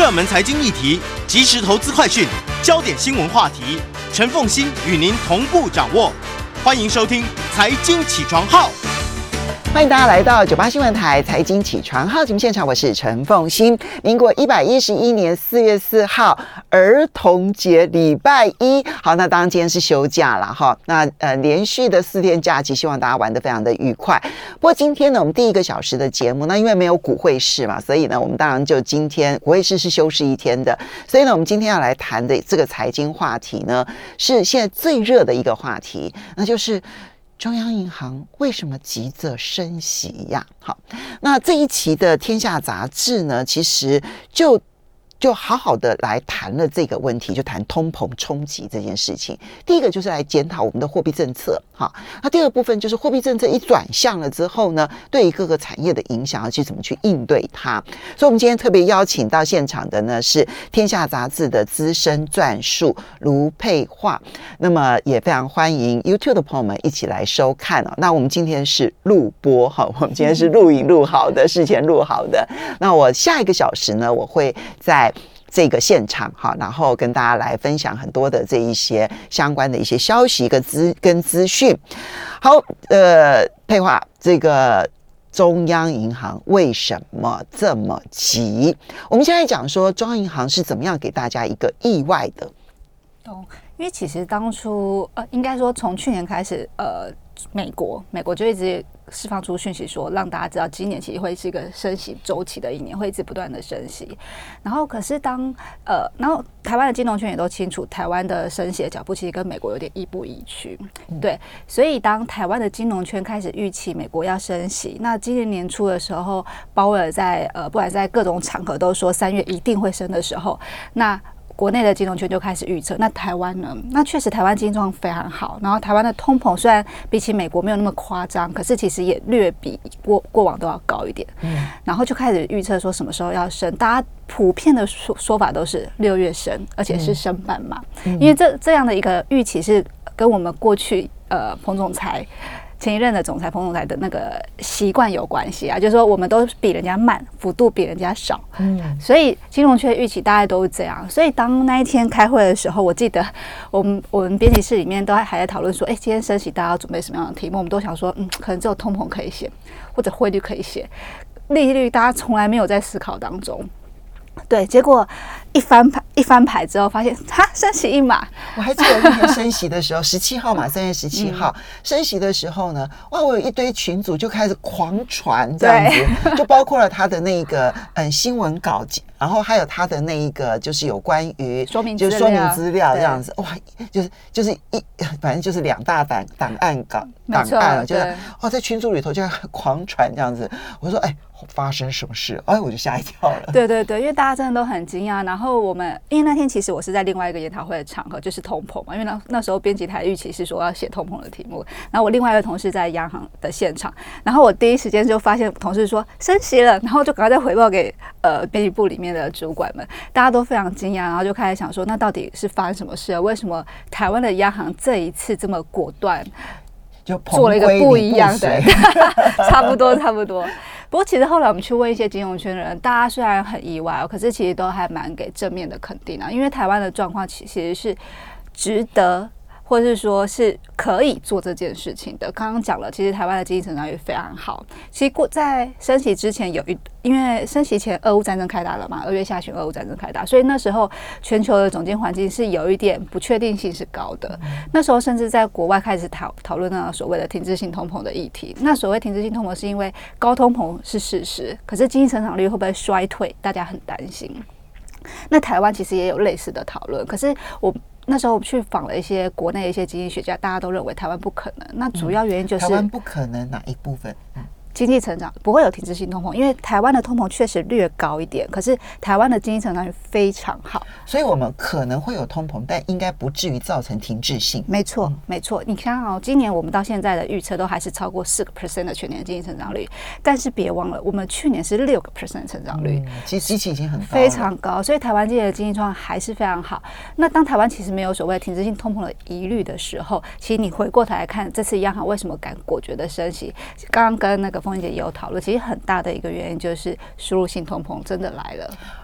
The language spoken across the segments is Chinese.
热门财经议题、即时投资快讯、焦点新闻话题，陈凤馨与您同步掌握。欢迎收听《财经起床号》。 欢迎大家来到98新闻台财经起床号节目现场，我是陈凤馨。民国111年4月4号儿童节礼拜一，好，那当然今天是休假了哈。那连续的4天假期，希望大家玩得非常的愉快。不过今天呢，我们第1个小时的节目，那因为没有股汇市嘛，所以呢，我们当然就今天股汇市是休市1天的，所以呢，我们今天要来谈的这个财经话题呢，是现在最热的一个话题，那就是中央银行为什么急着升息呀？好，那这一期的《天下》杂志呢，其实就好好的来谈了这个问题，就谈通膨冲击这件事情。第一个就是来检讨我们的货币政策，哈。那第二部分就是货币政策一转向了之后呢，对于各个产业的影响要去怎么去应对它。所以，我们今天特别邀请到现场的呢是《天下》杂志的资深撰述卢佩桦，那么也非常欢迎 YouTube 的朋友们一起来收看哦。那我们今天是录播哈，我们今天是录影录好的，事前录好的。那我下1个小时呢，我会在这个现场哈，然后跟大家来分享很多的这一些相关的一些消息跟资讯。好，佩桦，这个中央银行为什么这么急？我们现在讲说中央银行是怎么样给大家一个意外的。 因为其实当初应该说从去年开始，美国就一直释放出讯息说，让大家知道今年其实会是一个升息周期的一年，会一直不断的升息。然后可是然后台湾的金融圈也都清楚，台湾的升息的脚步其实跟美国有点亦步亦趋，对。所以当台湾的金融圈开始预期美国要升息，那今年年初的时候，鲍威尔在不管在各种场合都说3月一定会升的时候，那国内的金融圈就开始预测，那台湾呢？那确实台湾经济状况非常好，然后台湾的通膨虽然比起美国没有那么夸张，可是其实也略比过往都要高一点。然后就开始预测说什么时候要升，大家普遍的说法都是6月升，而且是升半码，因为这样的一个预期是跟我们过去彭总裁。前一任的彭总裁的那个习惯有关系啊，就是说我们都比人家慢，幅度比人家少，所以金融圈预期大概都是这样。所以当那一天开会的时候，我记得我们编辑室里面都还在讨论说，今天升息大家要准备什么样的题目？我们都想说，可能只有通膨可以写，或者汇率可以写，利率大家从来没有在思考当中。对，结果一翻牌之后，发现升息1码。 我还记得那天升息的时候，17号嘛，3月17号升息的时候呢，哇，我有一堆群组就开始狂传这样子，就包括了他的那个新闻稿，然后还有他的那一个就是有关于说明资料这样子，哇，就是反正就是2大档案就是在群组里头就狂传这样子。我说发生什么事？我就吓一跳了。 对对对，因为大家真的都很惊讶。然后因为那天其实我是在另外一个研讨会的场合，就是通膨嘛。因为那时候编辑台预期是说要写通膨的题目，然后我另外一个同事在央行的现场，然后我第一时间就发现同事说升息了，然后就赶快再回报给编辑部里面的主管们，大家都非常惊讶，然后就开始想说，那到底是发生什么事了？为什么台湾的央行这一次这么果断？ 就做了一个不一样的，差不多。不过其实后来我们去问一些金融圈的人，大家虽然很意外，可是其实都还蛮给正面的肯定啊，因为台湾的状况其实是值得，或者是说是可以做这件事情的。刚刚讲了，其实台湾的经济成长也非常好。其实在升息之前因为升息前俄乌战争开打了嘛，2月下旬俄乌战争开打，所以那时候全球的总经环境是有一点不确定性是高的。那时候甚至在国外开始讨论那所谓的停滞性通膨的议题。那所谓停滞性通膨是因为高通膨是事实，可是经济成长率会不会衰退，大家很担心。那台湾其实也有类似的讨论，可是那时候我们去访了一些国内的一些经济学家，大家都认为台湾不可能。那主要原因就是台湾不可能哪一部分？ 经济成长不会有停滞性通膨，因为台湾的通膨确实略高一点，可是台湾的经济成长率非常好， 所以我们可能会有通膨，但应该不至于造成停滞性。 没错，没错。你看今年我们到现在的预测都还是超过4% 的全年经济成长率，但是别忘了，我们去年是6% 的成长率， 其实机器已经很高了， 非常高，所以台湾今年的经济状况还是非常好。那当台湾其实没有所谓停滞性通膨的疑虑的时候，其实你回过头来看，这次央行为什么敢果决的升息？刚刚跟那个凤馨姐也有讨论，其实很大的一个原因就是输入性通膨真的来了。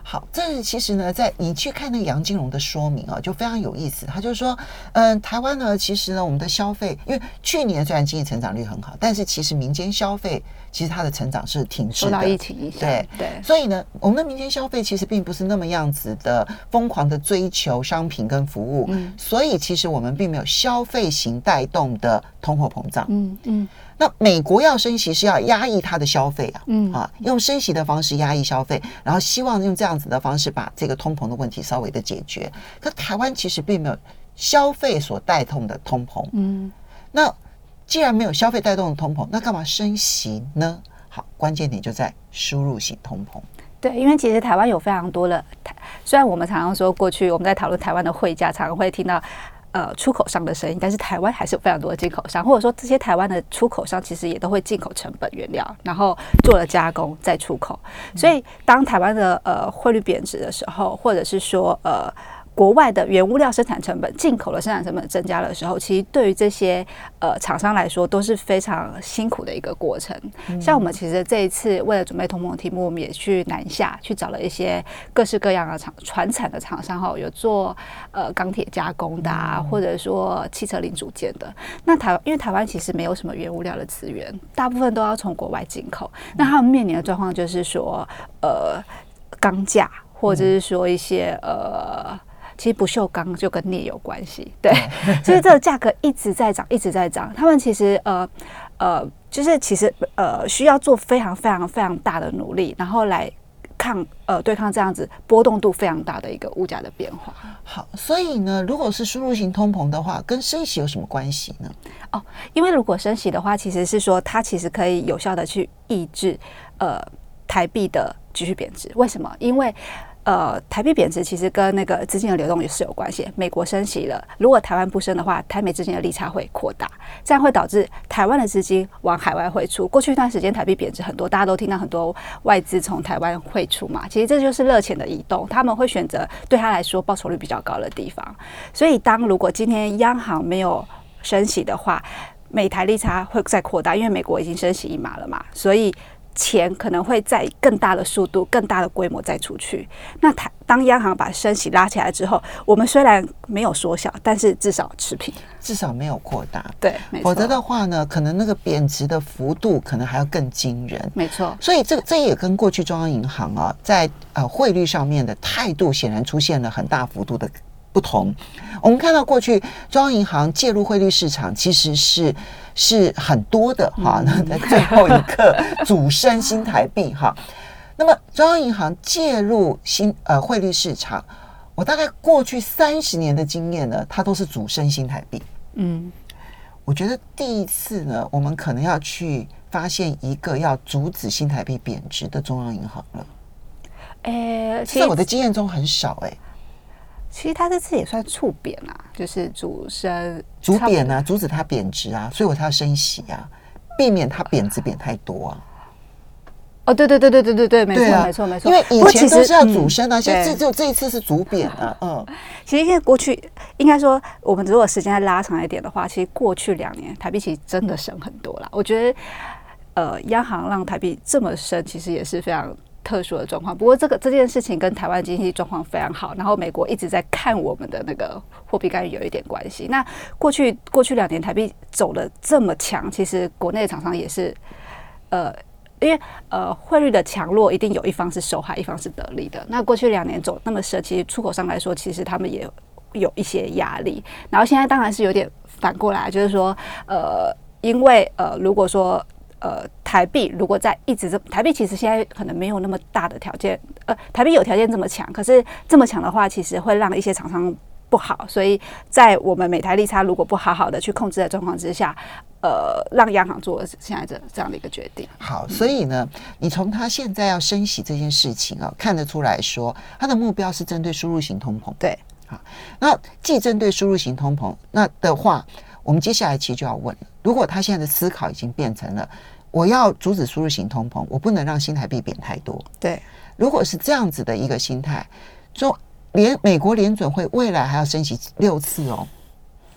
好，这其实呢，在你去看那个杨金龙的说明啊，就非常有意思。他就说，台湾呢，其实呢，我们的消费，因为去年虽然经济成长率很好，但是其实民间消费其实它的成长是停滞的， 受到疫情影响。 对，所以呢，我们的民间消费其实并不是那么样子的疯狂的追求商品跟服务，所以其实我们并没有消费型带动的通货膨胀。那美国要升息是要压抑它的消费啊，用升息的方式压抑消费，然后希望用这样子的方式把这个通膨的问题稍微的解决。可台湾其实并没有消费所带动的通膨，那既然没有消费带动的通膨，那干嘛升息呢？好，关键点就在输入型通膨。 对，因为其实台湾有非常多的，虽然我们常常说过去我们在讨论台湾的汇价，常常会听到出口商的声音，但是台湾还是有非常多的进口商，或者说这些台湾的出口商其实也都会进口成本原料，然后做了加工再出口。所以当台湾的汇率贬值的时候，或者是说国外的原物料生产成本、进口的生产成本增加的时候，其实对于这些厂商来说都是非常辛苦的一个过程。像我们其实这一次为了准备通膨题目，我们也去南下去找了一些各式各样的传产的厂商，有做钢铁加工的或者说汽车零组件的。那因为台湾其实没有什么原物料的资源，大部分都要从国外进口。那他们面临的状况就是说钢价，或者是说一些其实不锈钢就跟镍有关系，对，所以这个价格一直在涨，一直在涨。他们其实就是其实需要做非常非常非常大的努力，然后来对抗这样子波动度非常大的一个物价的变化。 好，所以呢，如果是输入型通膨的话，跟升息有什么关系呢？ 因为如果升息的话，其实是说它其实可以有效的去抑制台币的继续贬值。为什么？因为台币贬值其实跟那个资金的流动也是有关系。美国升息了，如果台湾不升的话，台美之间的利差会扩大，这样会导致台湾的资金往海外汇出。过去一段时间台币贬值很多，大家都听到很多外资从台湾汇出嘛，其实这就是热钱的移动，他们会选择对他来说报酬率比较高的地方。所以如果今天央行没有升息的话，美台利差会再扩大，因为美国已经升息一码了嘛，所以钱可能会在更大的速度、更大的规模再出去。那当央行把升息拉起来之后，我们虽然没有缩小，但是至少持平， 至少没有扩大。 对，没错。 否则的话呢，可能那个贬值的幅度可能还要更惊人。 没错。 所以这也跟过去中央银行在汇率上面的态度显然出现了很大幅度的不同。我们看到过去中央银行介入汇率市场其实是很多的哈，在最后一刻主升新台币哈。那么中央银行介入汇率市场，我大概过去30年的经验呢，它都是主升新台币。我觉得第一次呢，我们可能要去发现一个要阻止新台币贬值的中央银行了。在我的经验中很少其实它这次也算促贬啊，就是主贬啊，阻止它贬值啊，所以我才要升息啊，避免它贬值贬太多啊。 对，没错，没错。 因为以前都是要主升啊，现在只有这一次是主贬啊。 其实因为过去应该说，我们如果时间再拉长一点的话，其实过去2年台币其实真的升很多啦。我觉得央行让台币这么升，其实也是非常特殊的状况。不过这件事情跟台湾经济状况非常好，然后美国一直在看我们的那个货币干预有一点关系。那过去2年台币走得这么强，其实国内的厂商也是因为汇率的强弱一定有一方是受害，一方是得利的。那过去2年走那么深，其实出口商来说，其实他们也有一些压力。然后现在当然是有点反过来，就是说因为如果说台币如果在一直台币其实现在可能没有那么大的条件，台币有条件这么强，可是这么强的话，其实会让一些厂商不好，所以在我们美台利差如果不好好的去控制的状况之下，让央行做现在这样的一个决定。 好，所以呢，你从他现在要升息这件事情看得出来说，他的目标是针对输入型通膨。 对， 好，那既针对输入型通膨，那的话，我们接下来其实就要问了，如果他现在的思考已经变成了，我要阻止输入型通膨，我不能让新台币贬太多。 对， 如果是这样子的一个心态，美国联准会未来还要升息6次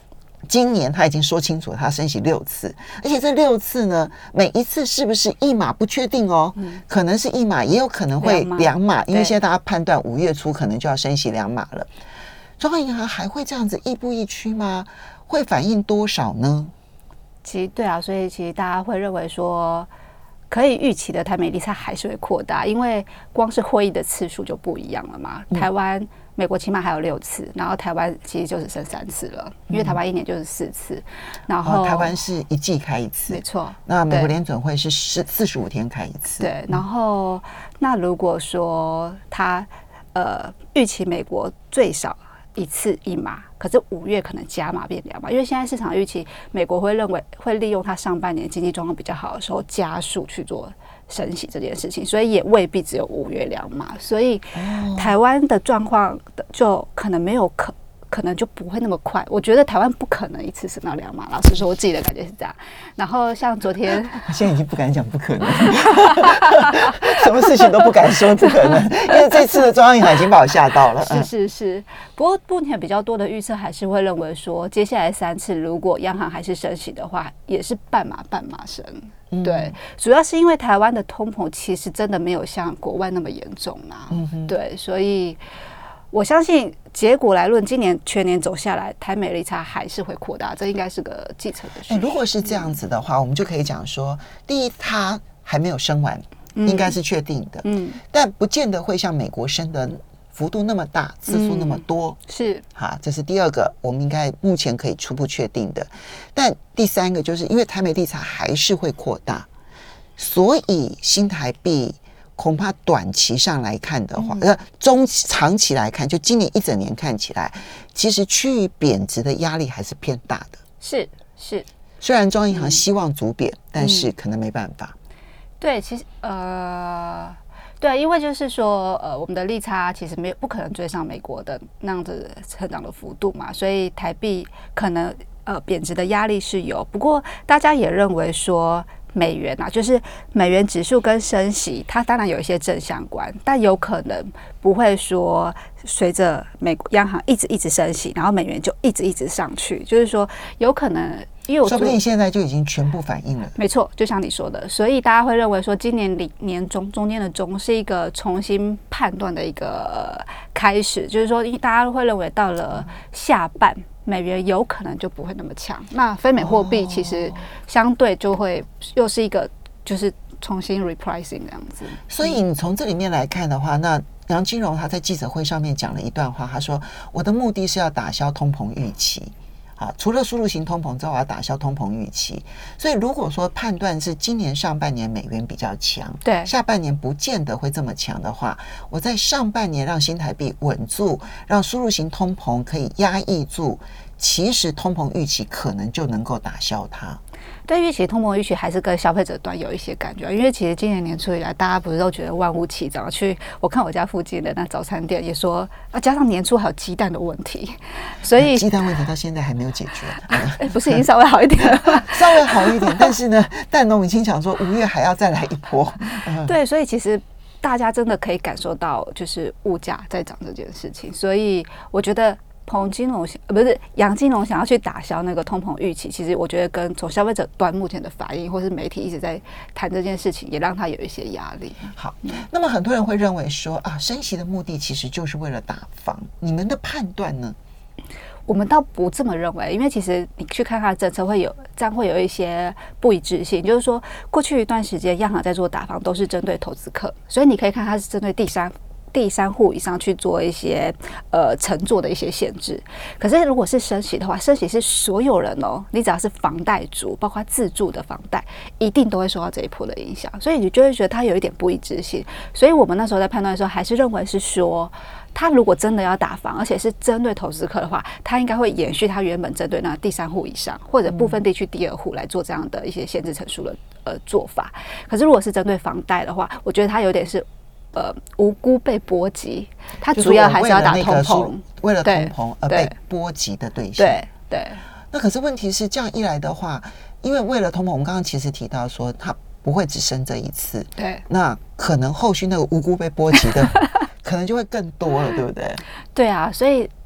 今年他已经说清楚，他升息6次，而且这6次呢，每一次是不是1码不确定哦，可能是1码，也有可能会2码，因为现在大家判断5月初可能就要升息2码了。中央银行还会这样子亦步亦趋吗？会反映多少呢？ 其实对啊，所以其实大家会认为说，可以预期的台美利差还是会扩大，因为光是会议的次数就不一样了嘛。台湾、美国起码还有6次，然后台湾其实就只剩3次了，因为台湾1年就是4次，然后台湾是1季开1次， 没错。 那美国联准会是45天开1次， 对。然后那如果说他预期美国最少1次1码，可是5月可能加码变2码，因为现在市场预期美国会认为会利用它上半年经济状况比较好的时候加速去做升息这件事情，所以也未必只有5月2码，所以台湾的状况就可能没有可能就不会那么快。我觉得台湾不可能1次升到2码，老实说，我自己的感觉是这样。然后像昨天， 现在已经不敢讲不可能，什么事情都不敢说不可能，因为这次的中央银行已经把我吓到了。 是。不过目前比较多的预测还是会认为说，接下来3次如果央行还是升息的话，也是半码升。对，主要是因为台湾的通膨其实真的没有像国外那么严重啦。对，所以我相信结果来论，今年全年走下来，台美利差还是会扩大，这应该是个既成的事实。 如果是这样子的话，我们就可以讲说，第一，它还没有升完，应该是确定的，但不见得会像美国升的幅度那么大，次数那么多， 是哈，这是第二个，我们应该目前可以初步确定的。但第三个就是因为台美利差还是会扩大，所以新台币恐怕短期上来看的话，长期来看，就今年1整年看起来，其实趋于贬值的压力还是偏大的。 是， 虽然中央银行希望逐贬，但是可能没办法。 对，其实对，因为就是说，我们的利差其实不可能追上美国的那样子成长的幅度嘛，所以台币可能贬值的压力是有。不过大家也认为说，美元啊，就是美元指数跟升息，它当然有一些正相关，但有可能不会说随着美国央行一直升息，然后美元就一直上去，就是说有可能。因为说不定现在就已经全部反映了。 没错，就像你说的，所以大家会认为说，今年年中间的中是一个重新判断的一个开始，就是说，大家会认为到了下半，美元有可能就不会那么强，那非美货币其实相对就会又是一个就是重新 repricing 这样子。 所以你从这里面来看的话，那杨金荣他在记者会上面讲了一段话，他说：“我的目的是要打消通膨预期。”除了输入型通膨之外，我要打消通膨预期。所以如果说判断是今年上半年美元比较强， 对， 下半年不见得会这么强的话，我在上半年让新台币稳住，让输入型通膨可以压抑住，其实通膨预期可能就能够打消它。 对，因为其实通膨预期还是跟消费者端有一些感觉，因为其实今年年初以来，大家不是都觉得万物齐涨，我看我家附近的那早餐店也说加上年初还有鸡蛋的问题，所以鸡蛋问题到现在还没有解决。 不是已经稍微好一点了吗？ 稍微好一点，但是呢，蛋农已经讲说5月还要再来一波。 对，所以其实大家真的可以感受到，就是物价在涨这件事情，所以我觉得。杨金龙想要去打消那个通膨预期，其实我觉得跟从消费者端目前的反应，或是媒体一直在谈这件事情，也让他有一些压力。 好，那么很多人会认为说升息的目的其实就是为了打房，你们的判断呢？ 我们倒不这么认为，因为其实你去看它的政策这样会有一些不一致性，就是说过去一段时间央行在做打房都是针对投资客，所以你可以看它是针对第三户以上去做一些承做的一些限制。可是如果是升息的话，升息是所有人你只要是房贷族，包括自住的房贷，一定都会受到这一波的影响，所以你就会觉得它有一点不一致性。所以我们那时候在判断的时候，还是认为是说，他如果真的要打房，而且是针对投资客的话，他应该会延续他原本针对那第3户以上或者部分地区第2户来做这样的一些限制成数的做法。可是如果是针对房贷的话，我觉得他有点是无辜被波及，它主要还是要打通膨， 为了通膨而被波及的对象。 对。 那可是问题是这样一来的话，因为为了通膨，我们刚刚其实提到说，它不会只升这一次， 对， 那可能后续那个无辜被波及的，可能就会更多了，对不对？ 对啊，所以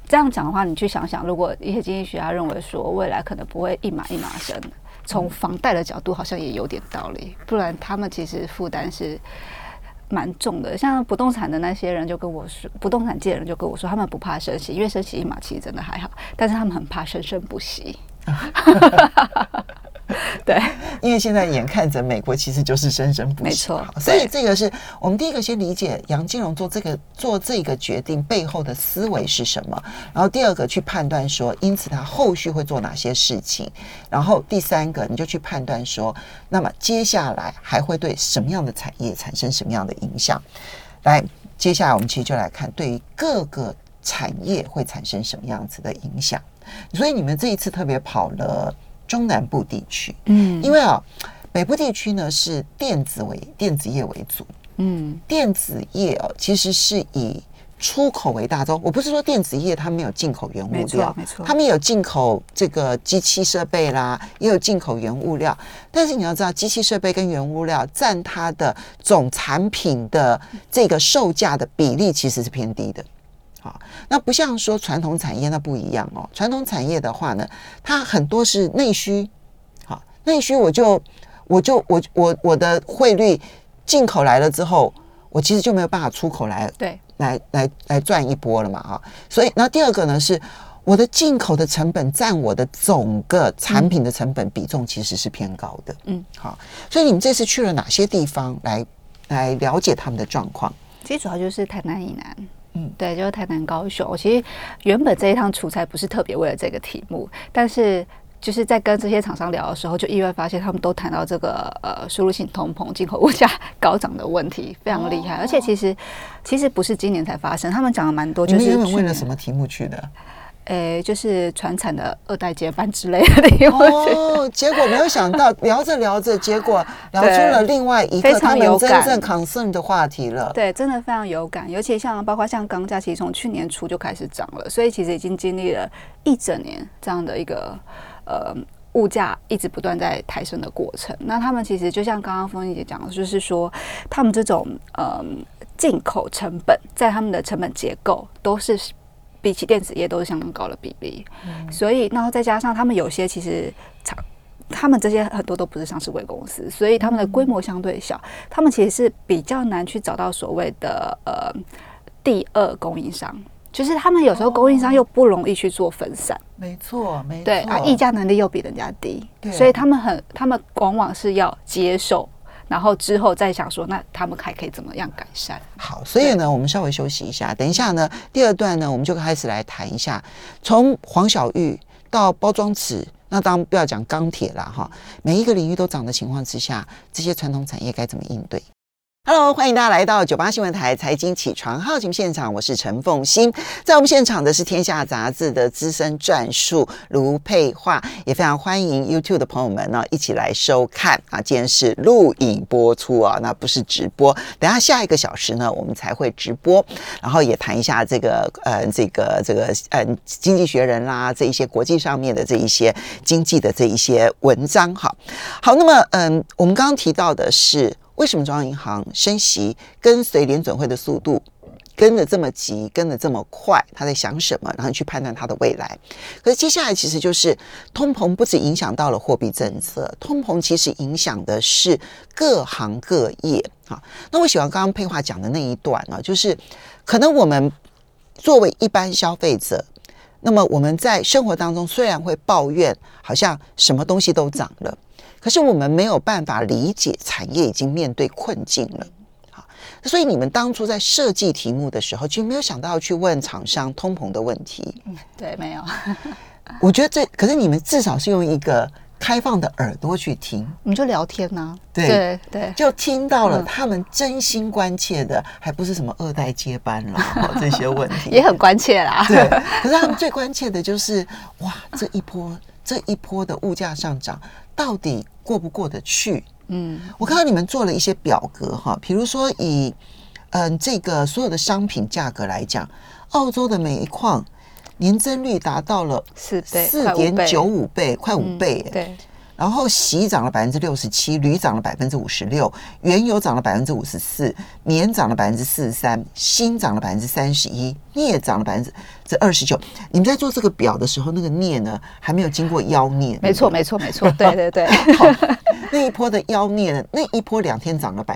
这样讲的话，你去想想，如果一些经济学家认为说未来可能不会一码一码升，从房贷的角度好像也有点道理，不然他们其实负担是蛮重的。像不动产的那些人就跟我说，不动产界的人就跟我说，他们不怕升息，因为升息一码其实真的还好，但是他们很怕生生不息。对， 因为现在眼看着美国其实就是生生不息， 没错， 所以这个是我们第一个先理解杨金龙做这个决定背后的思维是什么，然后第二个去判断说，因此他后续会做哪些事情，然后第三个你就去判断说，那么接下来还会对什么样的产业产生什么样的影响。来，接下来我们其实就来看对于各个产业会产生什么样子的影响。所以你们这一次特别跑了中南部地区，因为北部地区呢是电子业为主，电子业其实是以出口为大宗。我不是说电子业它没有进口原物料， 没错， 他们有进口这个机器设备啦，也有进口原物料。但是你要知道，机器设备跟原物料占它的总产品的这个售价的比例其实是偏低的。那不像说传统产业那不一样哦，传统产业的话呢，它很多是内需，好，内需我的汇率进口来了之后，我其实就没有办法出口来， 对， 来赚一波了嘛，哈。所以那第二个呢是我的进口的成本占我的总个产品的成本比重其实是偏高的，好，所以你们这次去了哪些地方来了解他们的状况？ 其实主要就是台南以南。对，就是台南高雄。我其实原本这一趟出差不是特别为了这个题目，但是就是在跟这些厂商聊的时候，就意外发现他们都谈到这个输入性通膨、进口物价高涨的问题，非常厉害。而且其实不是今年才发生，他们讲了蛮多。就是你们原本为了什么题目去的？ 就是传产的2代接班之类的题目。 结果没有想到聊着聊着，结果聊出了另外一个他们真正 concern 的话题了。 对，真的非常有感，尤其包括像钢价，其实从去年初就开始涨了，所以其实已经经历了一整年这样的一个物价一直不断在抬升的过程。那他们其实就像刚刚凤仪姐讲的，就是说他们这种进口成本在他们的成本结构都是比起电子业都是相当高的比例，所以然后再加上他们有些其实他们这些很多都不是上市贵公司，所以他们的规模相对小，他们其实是比较难去找到所谓的第二供应商，就是他们有时候供应商又不容易去做分散， 没错， 对啊，议价能力又比人家低，所以他们往往是要接受。然后之后再想说，那他们还可以怎么样改善？ 好，所以呢，我们稍微休息一下，等一下呢，第二段呢，我们就开始来谈一下，从黄小玉到包装纸，那当然不要讲钢铁啦，哈，每一个领域都涨的情况之下，这些传统产业该怎么应对？Hello， 欢迎大家来到98新闻台财经起床号节目现场，我是陈凤馨。在我们现场的是天下杂志的资深撰述卢佩桦，也非常欢迎 YouTube 的朋友们呢一起来收看啊。今天是录影播出啊，那不是直播。等一下下一个小时呢，我们才会直播，然后也谈一下这个经济学人啦，这一些国际上面的这一些经济的这一些文章。好，那么我们刚刚提到的是。为什么中央银行升息跟随联准会的速度跟得这么急，跟得这么快？他在想什么？然后去判断它的未来。可是接下来其实就是通膨不只影响到了货币政策，通膨其实影响的是各行各业。好，那我喜欢刚刚佩桦讲的那一段呢，就是可能我们作为一般消费者，那么我们在生活当中虽然会抱怨，好像什么东西都涨了。可是我们没有办法理解产业已经面对困境了，好，所以你们当初在设计题目的时候，就没有想到要去问厂商通膨的问题。 对，没有。 我觉得可是你们至少是用一个开放的耳朵去听， 我们就聊天啊， 对，就听到了他们真心关切的，还不是什么2代接班了这些问题， 也很关切啦。 对，可是他们最关切的就是哇，这一波的物价上涨。到底过不过得去？我看到你们做了一些表格哈，比如说以这个所有的商品价格来讲，澳洲的煤矿年增率达到了4.95倍，快5倍。 对， 然后锡涨了67%，铝涨了56%，原油涨了54%，棉涨了43%，锌涨了31%，镍涨了29%。你们在做这个表的时候，那个镍呢还没有经过妖孽。 没错，没错，没错，对对对。 那一波的妖孽呢，那一波2天涨了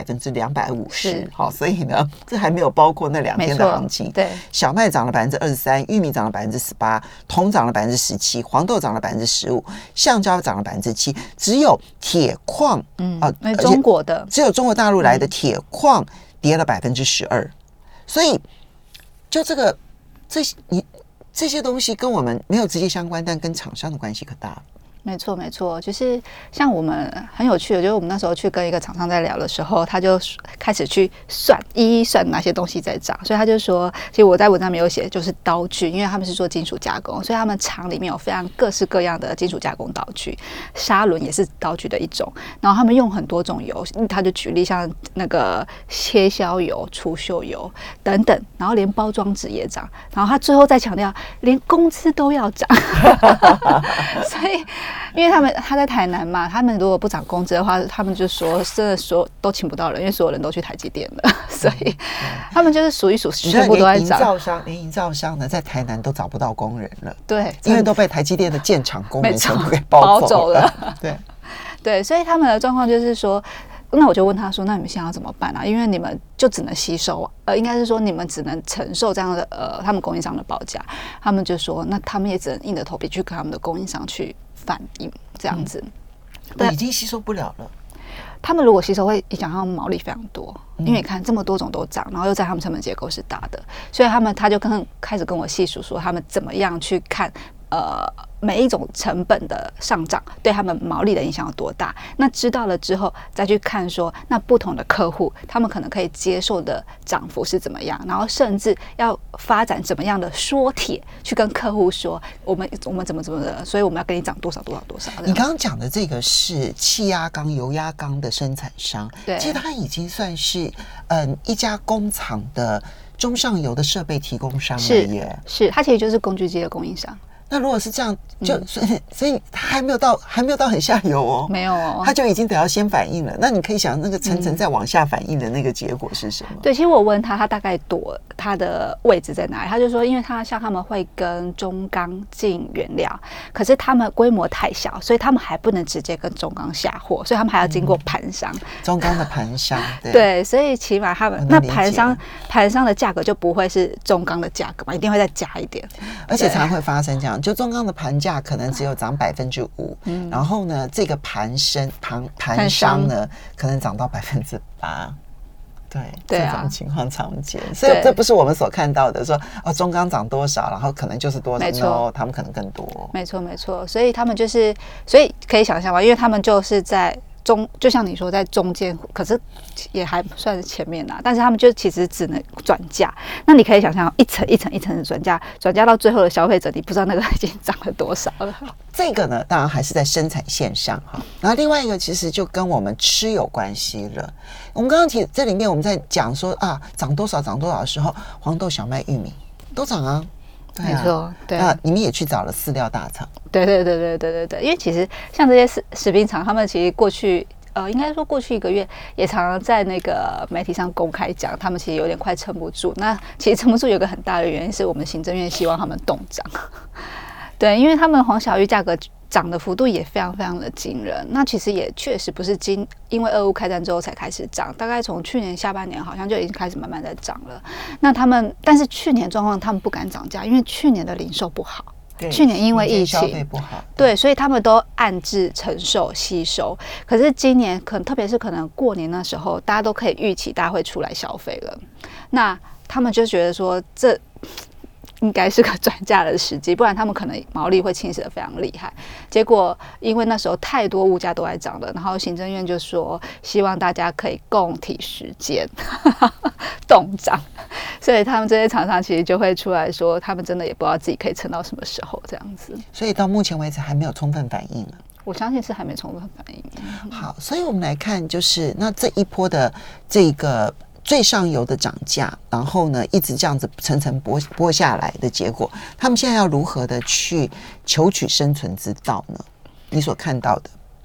250%，好，所以呢，这还没有包括那2天的行情。 对， 小麦涨了23%，玉米涨了18%，铜涨了17%，黄豆涨了15%，橡胶涨了7%，只有铁矿， 那中国的只有中国大陆来的铁矿跌了12%，所以就这些东西跟我们没有直接相关，但跟厂商的关系可大了。 没错，没错，就是像我们很有趣的，就是我们那时候去跟一个厂商在聊的时候，他就开始去一一算哪些东西在涨，所以他就说，其实我在文章里面有写，就是刀具，因为他们是做金属加工，所以他们厂里面有非常各式各样的金属加工刀具，砂轮也是刀具的一种，然后他们用很多种油，他就举例像那个切削油、除锈油等等，然后连包装纸也涨，然后他最后再强调，连工资都要涨，所以。因为他在台南嘛，他们如果不涨工资的话，他们就说真的说都请不到人，因为所有人都去台积电了，所以他们就是数一数，全部都在涨。 连营造商呢，在台南都找不到工人了， 对， 因为都被台积电的建厂工人全部给包走了。对对，所以他们的状况就是说。那我就问他说：“那你们现在要怎么办啊？因为你们就只能吸收，应该是说你们只能承受这样的他们供应商的报价。他们就说，那他们也只能硬着头皮去跟他们的供应商去反映这样子。 对，已经吸收不了了。 他们如果吸收会影响他们毛利非常多，因为你看这么多种都涨，然后又在他们成本结构是大的，所以他就开始跟我细数说他们怎么样去看每一种成本的上涨对他们毛利的影响有多大。那知道了之后，再去看说，那不同的客户他们可能可以接受的涨幅是怎么样，然后甚至要发展怎么样的说帖去跟客户说，我们怎么的，所以我们要跟你涨多少。 你刚刚讲的这个是气压缸、油压缸的生产商， 对， 其实它已经算是一家工厂的中上游的设备提供商了耶。 是，它其实就是工具机的供应商。 那如果是这样，所以它还没有到很下游哦， 没有哦， 它就已经得要先反应了。那你可以想，那个层层再往下反应的那个结果是什么？ 对，其实我问他大概他的位置在哪里，他就说，因为他们会跟中钢进原料，可是他们规模太小，所以他们还不能直接跟中钢下货，所以他们还要经过盘商， 中钢的盘商， 对，所以起码他们那盘商的价格就不会是中钢的价格嘛，一定会再加一点， 而且常会发生这样。就中钢的盘价可能只有涨5%，然后呢，这个盘商呢可能涨到8%，对，这种情况常见，所以这不是我们所看到的说中钢涨多少，然后可能就是多少， 没错， 他们可能更多， 没错，所以他们所以可以想象嘛，因为他们就是在。就像你说在中间，可是也还算是前面啦，但是他们就其实只能转嫁。那你可以想象一层一层一层的转嫁到最后的消费者，你不知道那个已经涨了多少了。 这个呢，当然还是在生产线上哈。然后另外一个其实就跟我们吃有关系了。我们刚刚提这里面我们在讲说涨多少的时候，黄豆、小麦、玉米都涨啊。 没错，对啊，你们也去找了饲料大厂， 对，因为其实像这些食品厂，他们其实过去应该说过去1个月也常常在那个媒体上公开讲，他们其实有点快撑不住。那其实撑不住有个很大的原因是我们行政院希望他们冻涨，对，因为他们黄小玉价格涨的幅度也非常非常的惊人。那其实也确实不是因为俄乌开战之后才开始涨，大概从去年下半年好像就已经开始慢慢在涨了。那但是去年状况他们不敢涨价，因为去年的零售不好。去年因为疫情， 消费不好， 对，所以他们都暗自承受吸收。可是今年特别是可能过年那时候，大家都可以预期大家会出来消费了，那他们就觉得说这应该是个转嫁的时机，不然他们可能毛利会侵蚀得非常厉害。结果因为那时候太多物价都在涨了，然后行政院就说希望大家可以共体时间冻涨，所以他们这些厂商其实就会出来说，他们真的也不知道自己可以撑到什么时候这样子。 所以到目前为止还没有充分反应啊。 我相信是还没充分反应。 好，所以我们来看，就是那这一波的这个最上游的涨价，然后呢一直这样子层层剥下来的结果，他们现在要如何的去求取生存之道呢？你所看到的？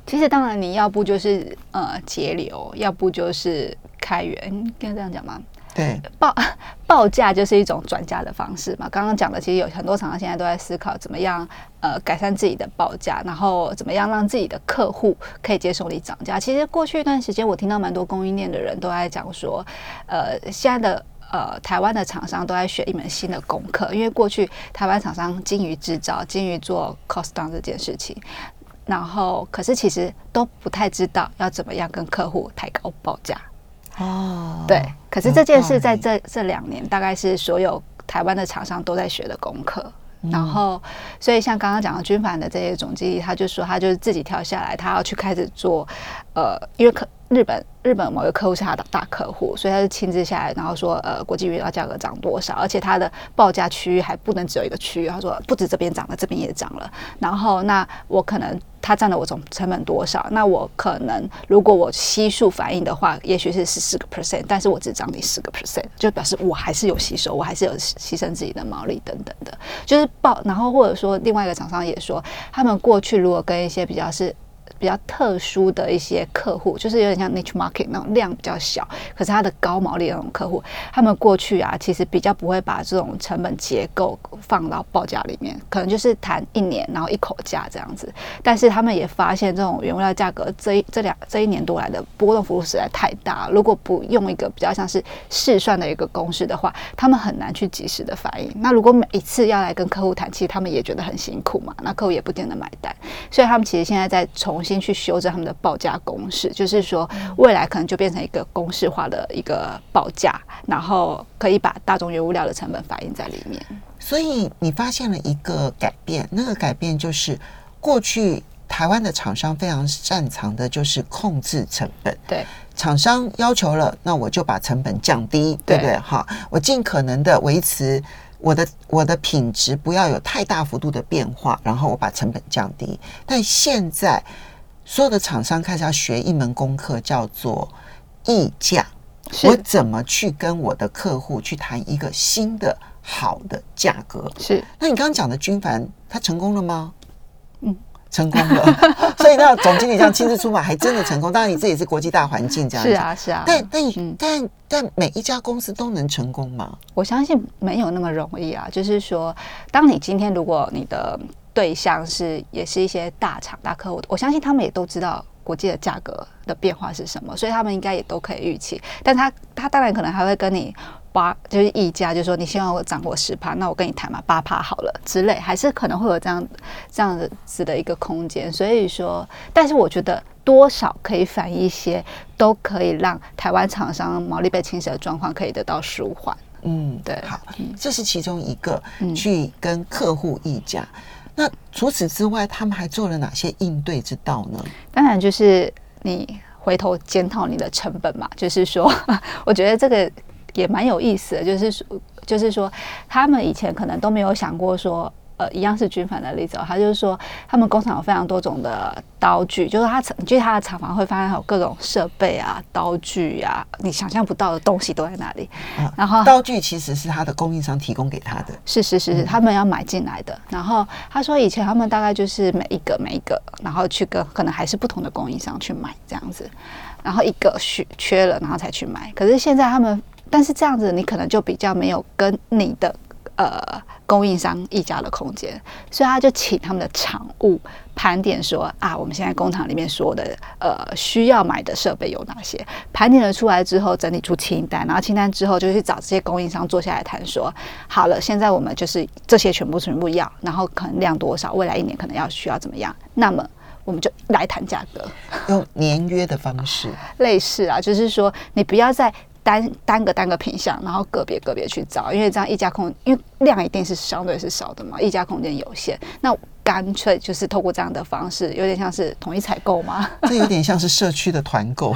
其实当然你要不就是节流，要不就是开源，应该这样讲吗？ 对， 报价就是一种转嫁的方式嘛。刚刚讲的，其实有很多厂商现在都在思考怎么样改善自己的报价，然后怎么样让自己的客户可以接受你涨价。其实过去一段时间，我听到蛮多供应链的人都在讲说，现在的台湾的厂商都在学一门新的功课，因为过去台湾厂商精于制造、精于做 cost down 这件事情，然后可是其实都不太知道要怎么样跟客户抬高报价。 哦， 对，可是这件事在这2年，大概是所有台湾的厂商都在学的功课。然后，所以像刚刚讲的军凡的这些总经理，他就说他就是自己跳下来，他要去开始做，因为日本某个客户是他的大客户，所以他就亲自下来，然后说国际原料价格涨多少，而且他的报价区域还不能只有一个区域，他说不止这边涨了，这边也涨了。然后那我可能他占了我总成本多少，那我可能如果我悉数反映的话，也许是14%，但是我只涨你10%，就表示我还是有吸收，我还是有牺牲自己的毛利等等的，就是然后或者说另外一个厂商也说，他们过去如果跟一些比较特殊的一些客户，就是有点像 niche market 那种量比较小，可是它的高毛利的那种客户，他们过去啊，其实比较不会把这种成本结构放到报价里面，可能就是谈1年，然后一口价这样子。但是他们也发现，这种原料价格这1年多来的波动幅度实在太大，如果不用一个比较像是试算的一个公式的话，他们很难去及时的反应。那如果每一次要来跟客户谈，其实他们也觉得很辛苦嘛，那客户也不见得买单，所以他们其实现在在重新去修正他们的报价公式，就是说未来可能就变成一个公式化的一个报价，然后可以把大宗原物料的成本反映在里面。 所以你发现了一个改变，那个改变就是过去台湾的厂商非常擅长的就是控制成本。 对， 厂商要求了，那我就把成本降低，对不对？哈，我尽可能的维持我的品质不要有太大幅度的变化，然后我把成本降低。但现在所有的厂商开始要学一门功课，叫做议价。我怎么去跟我的客户去谈一个新的好的价格？ 是。 那你刚刚讲的军凡，他成功了吗？成功了。所以那总经理这样亲自出马，还真的成功。当然，你这也是国际大环境这样子。 是啊。 但每一家公司都能成功吗？ 我相信没有那么容易啊。就是说，当你今天如果你的对象也是一些大厂大客户，我相信他们也都知道国际的价格的变化是什么，所以他们应该也都可以预期。但他当然可能还会跟你就是议价，就是说你希望我涨我10%，那我跟你谈嘛8%好了之类，还是可能会有这样子的一个空间。所以说，但是我觉得多少可以反映一些，都可以让台湾厂商毛利被侵蚀的状况可以得到舒缓。对， 好，这是其中一个去跟客户议价。那除此之外，他们还做了哪些应对之道呢？ 当然就是你回头检讨你的成本嘛，就是说，我觉得这个也蛮有意思的，就是说，他们以前可能都没有想过说。一样是军凡的例子，他就是说，他们工厂有非常多种的刀具，就是你去他的厂房会发现有各种设备啊、刀具啊，你想象不到的东西都在那里。然后刀具其实是他的供应商提供给他的， 是，他们要买进来的。然后他说，以前他们大概就是每一个，然后去跟可能还是不同的供应商去买这样子，然后一个缺了，然后才去买。可是现在但是这样子你可能就比较没有跟你的供应商议价的空间，所以他就请他们的厂务盘点说我们现在工厂里面所有的需要买的设备有哪些，盘点了出来之后整理出清单，然后清单之后就去找这些供应商坐下来谈说，好了，现在我们就是这些全部要，然后可能量多少，未来1年可能需要怎么样，那么我们就来谈价格， 用年约的方式， 类似啊，就是说你不要再单个品项，然后个别去找，因为这样因为量一定是相对是少的嘛，议价空间有限，那干脆就是透过这样的方式，有点像是统一采购嘛， 这有点像是社区的团购，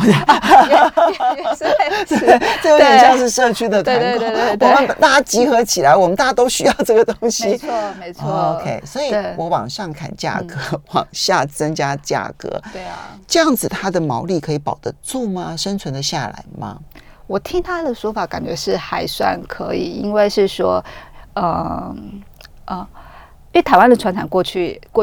这有点像是社区的团购， 对， 我们大家集合起来，我们大家都需要这个东西， 没错。 OK， 所以我往上砍价格，往下增加价格， 对啊， 这样子它的毛利可以保得住吗？生存得下来吗？ 我听他的说法，感觉是还算可以，因为是说，因为台湾的传产过去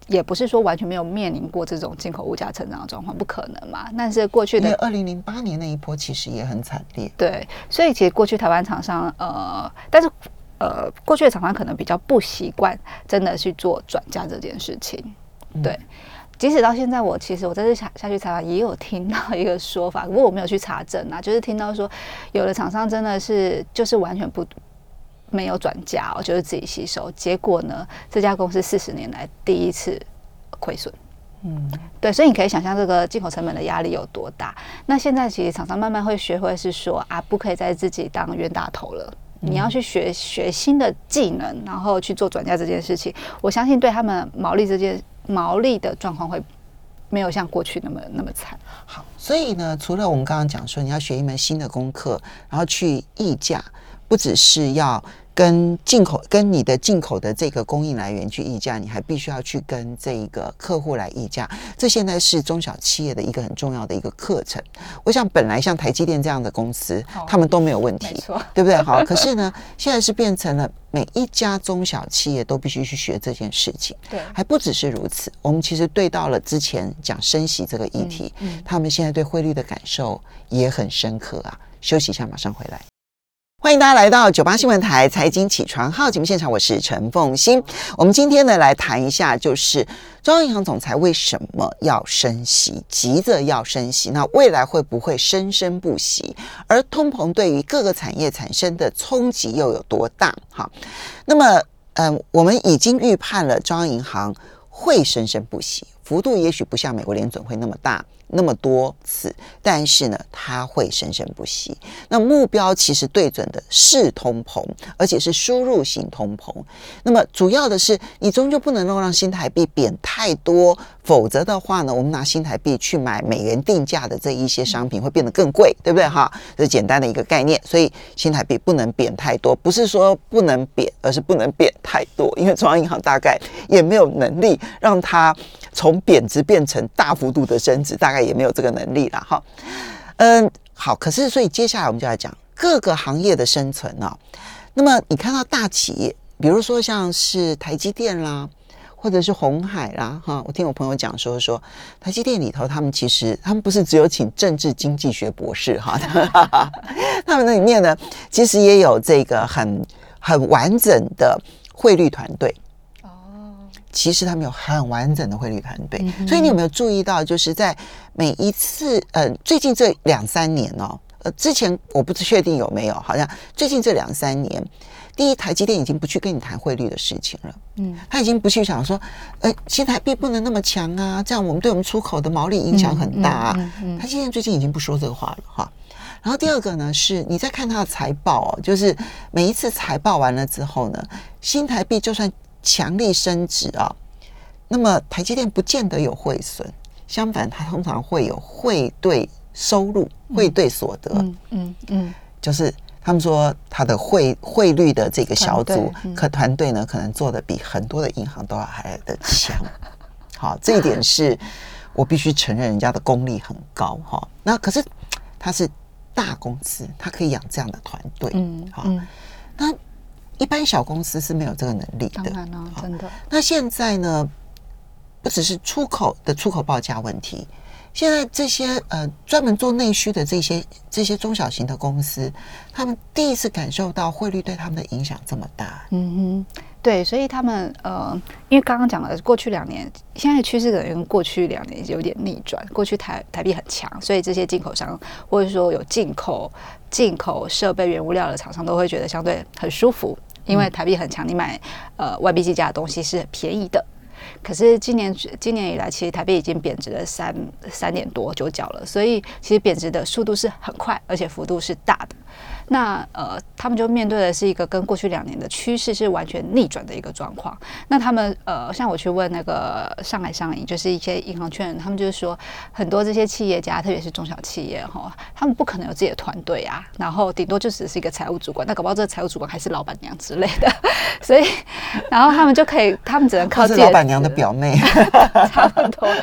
也不是说完全没有面临过这种进口物价成长的状况，不可能嘛。但是过去的 2008年那一波其实也很惨烈， 对，所以其实过去台湾厂商但是过去的厂商可能比较不习惯真的去做转嫁这件事情，对。即使到现在，我这次下去采访也有听到一个说法，不过我没有去查证啊，就是听到说有的厂商真的是就是完全没有转嫁就是自己吸收，结果呢，这家公司40年来第一次亏损。对，所以你可以想象这个进口成本的压力有多大。那现在其实厂商慢慢会学会是说不可以再自己当冤大头了。你要去学新的技能，然后去做转嫁这件事情。我相信对他们毛利的状况会没有像过去那么惨。 好，所以呢，除了我们刚刚讲说你要学一门新的功课，然后去议价，不只是要跟你的进口的这个供应来源去议价，你还必须要去跟这个客户来议价。这现在是中小企业的一个很重要的一个课程。我想本来像台积电这样的公司，他们都没有问题，对不对？好，可是呢，现在是变成了每一家中小企业都必须去学这件事情。对，还不只是如此，我们其实对到了之前讲升息这个议题，他们现在对汇率的感受也很深刻啊。休息一下，马上回来。欢迎大家来到98新闻台财经起床号节目现场，我是陈凤馨。我们今天呢来谈一下，就是中央银行总裁为什么要升息，急着要升息，那未来会不会生生不息？而通膨对于各个产业产生的冲击又有多大？好，那么我们已经预判了中央银行会生生不息，幅度也许不像美国联准会那么大那么多次，但是呢它会生生不息。那目标其实对准的是通膨，而且是输入型通膨。那么主要的是你终究不能够让新台币贬太多，否则的话呢，我们拿新台币去买美元定价的这一些商品会变得更贵，对不对哈？这是简单的一个概念。所以新台币不能贬太多，不是说不能贬，而是不能贬太多，因为中央银行大概也没有能力让它从贬值变成大幅度的升值，大概也没有这个能力啦哈。好，可是所以接下来我们就来讲各个行业的生存啊。那么你看到大企业，比如说像是台积电啦，或者是鸿海啦哈，我听我朋友讲说台积电里头他们不是只有请政治经济学博士哈，他们那里面呢其实也有这个很完整的汇率团队。其实他们有很完整的汇率团队，所以你有没有注意到，就是在每一次最近这2-3年之前我不确定有没有，好像最近这2-3年，第一，台积电已经不去跟你谈汇率的事情了，他已经不去想说新台币不能那么强啊，这样我们对我们出口的毛利影响很大啊，台积电最近已经不说这个话了哈。然后第二个呢，是你在看他的财报就是每一次财报完了之后呢，新台币就算强力升值那么台积电不见得有汇损，相反它通常会有汇兑收入、汇兑所得。就是他们说他的汇率的这个小组团队呢，可能做的比很多的银行都要还来得强。好，这一点是我必须承认，人家的功力很高哈。那可是他是大公司，他可以养这样的团队。那一般小公司是没有这个能力的， 当然了，真的。 那现在呢，不只是出口报价问题，现在这些专门做内需的这些中小型的公司，他们第一次感受到汇率对他们的影响这么大。 对，所以他们因为刚刚讲的过去2年，现在的趋势可能跟过去2年有点逆转。过去台币很强，所以这些进口商或者说有进口设备原物料的厂商都会觉得相对很舒服，因为台币很强，你买外币计价的东西是很便宜的。可是今年以来，其实台币已经贬值了3点多9角了，所以其实贬值的速度是很快，而且幅度是大的。那他们就面对的是一个跟过去2年的趋势是完全逆转的一个状况。那他们像我去问那个上海商银，就是一些银行圈人，他们就是说很多这些企业家，特别是中小企业他们不可能有自己的团队啊，然后顶多就只是一个财务主管，那搞不好这个财务主管还是老板娘之类的，所以然后他们就可以，他们只能靠自己的老板娘的表妹， 差不多。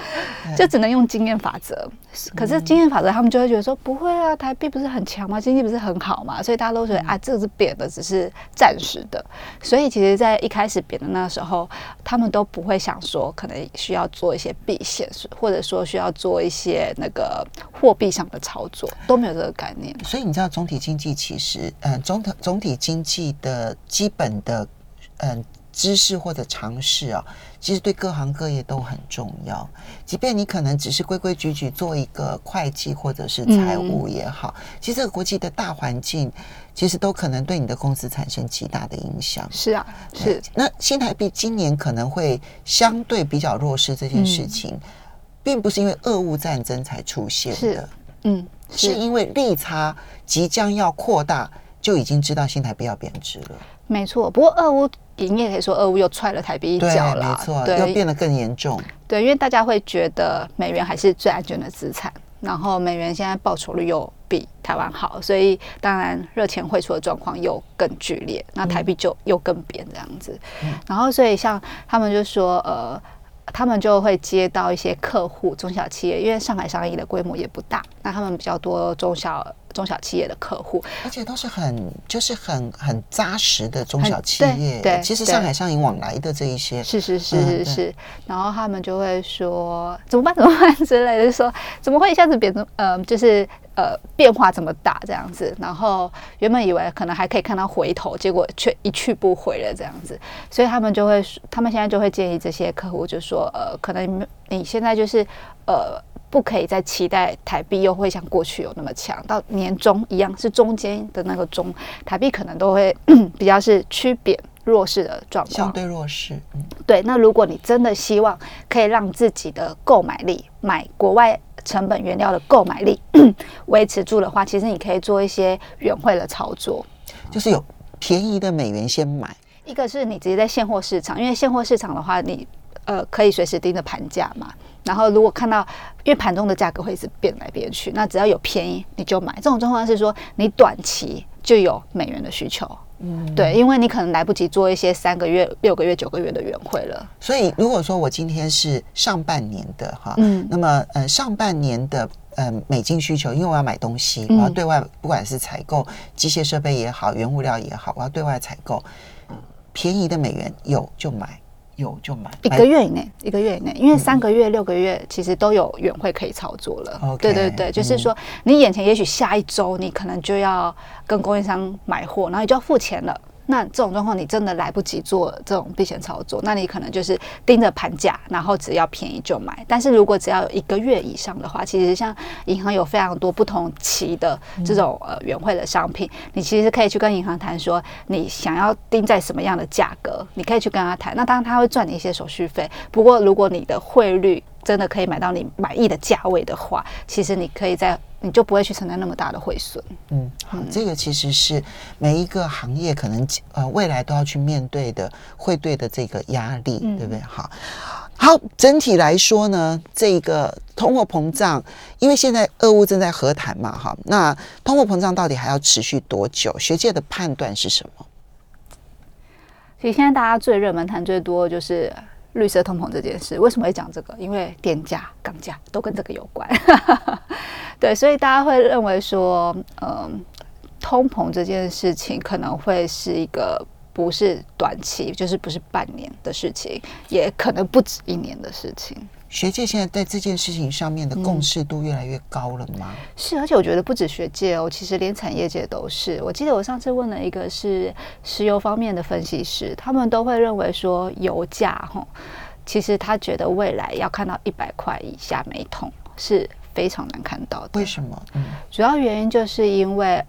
就只能用经验法则。可是经验法则他们就会觉得说不会啊，台币不是很强吗？经济不是很好吗？所以大家都觉得啊，这个是贬的，只是暂时的。所以其实在一开始贬的那时候，他们都不会想说可能需要做一些避险，或者说需要做一些那个货币上的操作，都没有这个概念。 所以你知道总体经济其实总体经济的基本的知识或者常识啊，其实对各行各业都很重要。即便你可能只是规规矩矩做一个会计或者是财务也好，其实这个国际的大环境其实都可能对你的公司产生极大的影响。 是啊，是。 那新台币今年可能会相对比较弱势这件事情，并不是因为俄乌战争才出现的，是因为利差即将要扩大，就已经知道新台币要贬值了。没错，不过俄乌你也可以说俄乌又踹了台币一脚了， 没错，又变得更严重。 对，因为大家会觉得美元还是最安全的资产，然后美元现在报酬率又比台湾好，所以当然热钱汇出的状况又更剧烈，那台币就又更贬这样子。然后所以像他们就说他们就会接到一些客户，中小企业，因为上海商业的规模也不大，那他们比较多中小企业的客户， 而且都是很扎实的中小企业。 对， 其实上海商银往来的这一些， 是。然后他们就会说怎么办之类的，就说怎么会一下子就是变化这么大这样子，然后原本以为可能还可以看到回头，结果却一去不回了这样子，所以他们现在就会建议这些客户就说可能你现在就是不可以再期待台币又会像过去有那么强，到年中一样是中间的那个中，台币可能都会比较是趋贬弱势的状况， 相对弱势。 对，那如果你真的希望可以让自己的购买力，买国外成本原料的购买力维持住的话，其实你可以做一些远汇的操作， 就是有便宜的美元先买。 一个是你直接在现货市场，因为现货市场的话，你可以随时盯着盘价嘛。然后如果看到，因为盘中的价格会一直变来变去，那只要有便宜你就买。这种状况是说你短期就有美元的需求，对，因为你可能来不及做一些3个月、6个月、9个月的远汇了。 所以如果说我今天是上半年的哈，那么上半年的美金需求，因为我要买东西，我要对外不管是采购机械设备也好，原物料也好，我要对外采购，便宜的美元有就买。有就买 1个月以内，因为3个月、6个月其实都有远汇可以操作了。对，就是说你眼前也许下一周你可能就要跟供应商买货，然后你就要付钱了。那这种状况你真的来不及做这种避险操作，那你可能就是盯着盘价，然后只要便宜就买。但是如果只要有1个月以上的话，其实像银行有非常多不同期的这种远汇的商品，你其实可以去跟银行谈说你想要盯在什么样的价格，你可以去跟他谈。那当然他会赚你一些手续费，不过如果你的汇率真的可以买到你满意的价位的话，其实你就不会去承担那么大的汇损。 好，这个其实是每一个行业可能未来都要去面对的汇兑的这个压力，对不对？好，整体来说呢，这个通货膨胀，因为现在俄乌正在和谈嘛，那通货膨胀到底还要持续多久？学界的判断是什么？ 其实现在大家最热门谈最多就是绿色通膨这件事。为什么会讲这个？因为电价、钢价都跟这个有关。对，所以大家会认为说，通膨这件事情可能会是一个不是短期，就是不是半年的事情，也可能不止1年的事情。 学界现在在这件事情上面的共识度越来越高了吗？ 是，而且我觉得不止学界哦，其实连产业界都是。我记得我上次问了一个是石油方面的分析师，他们都会认为说油价其实他觉得未来要看到100块以下每桶是非常难看到的。 为什么？ 主要原因就是因为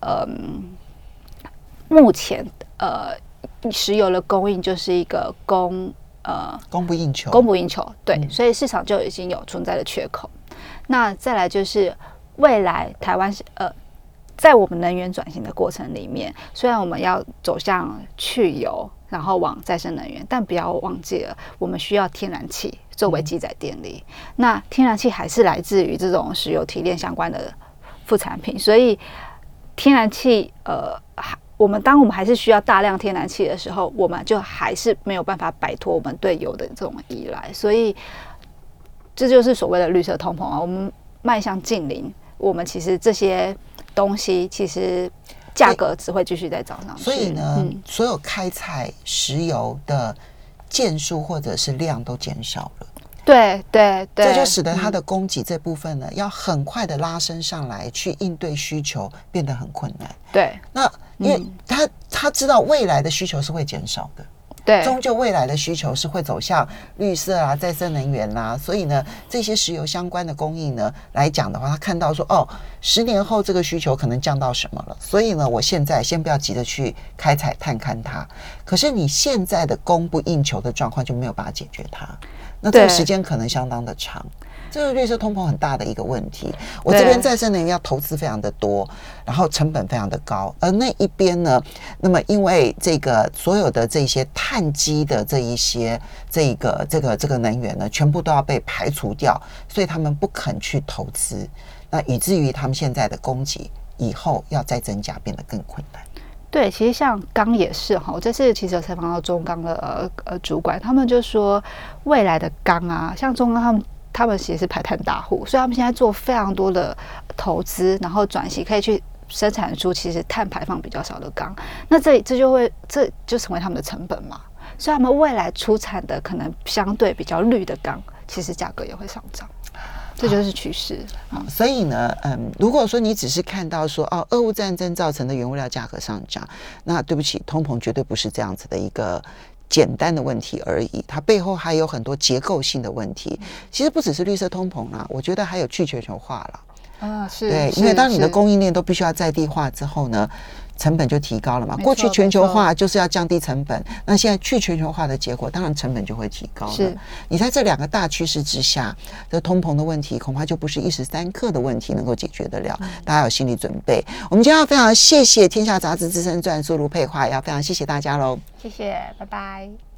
目前石油的供应就是一个供不应求，对，所以市场就已经有存在的缺口。那再来就是未来台湾在我们能源转型的过程里面，虽然我们要走向去油，然后往再生能源，但不要忘记了，我们需要天然气作为基载电力。那天然气还是来自于这种石油提炼相关的副产品，所以天然气当我们还是需要大量天然气的时候，我们就还是没有办法摆脱我们对油的这种依赖。所以这就是所谓的绿色通膨啊。我们迈向近零，我们其实这些东西其实价格只会继续再涨上去。 所以呢，所有开采石油的件数或者是量都减少了。 对对对， 这就使得它的供给这部分呢，要很快的拉升上来，去应对需求变得很困难。 对， 那因为他知道未来的需求是会减少的。 对， 终究未来的需求是会走向绿色啊、再生能源啦、所以呢，这些石油相关的供应呢来讲的话，他看到说10年后这个需求可能降到什么了，所以呢，我现在先不要急着去开采探勘它。可是你现在的供不应求的状况就没有办法解决它，那这个时间可能相当的长。这个绿色通膨很大的一个问题。我这边再生能源要投资非常的多，然后成本非常的高，而那一边呢，那么因为这个所有的这些碳基的这一些这个能源呢，全部都要被排除掉，所以他们不肯去投资，那以至于他们现在的供给以后要再增加变得更困难。 对，其实像钢也是哈，我这次其实有采访到中钢的主管，他们就说未来的钢啊，像中钢他们其实是排碳大户，所以他们现在做非常多的投资，然后转型可以去生产出其实碳排放比较少的钢，那这就成为他们的成本嘛，所以他们未来出产的可能相对比较绿的钢，其实价格也会上涨。这就是趋势。 所以呢，如果说你只是看到说俄乌战争造成的原物料价格上涨，那对不起，通膨绝对不是这样子的一个简单的问题而已，它背后还有很多结构性的问题。其实不只是绿色通膨啦，我觉得还有去全球化了。 是， 对，因为当你的供应链都必须要在地化之后呢，成本就提高了嘛。过去全球化就是要降低成本，那现在去全球化的结果，当然成本就会提高了。是，你在这两个大趋势之下，这通膨的问题恐怕就不是一时三刻的问题能够解决得了，大家有心理准备。我们今天要非常谢谢天下杂志资深撰述卢佩华，也要非常谢谢大家喽， 谢谢，拜拜。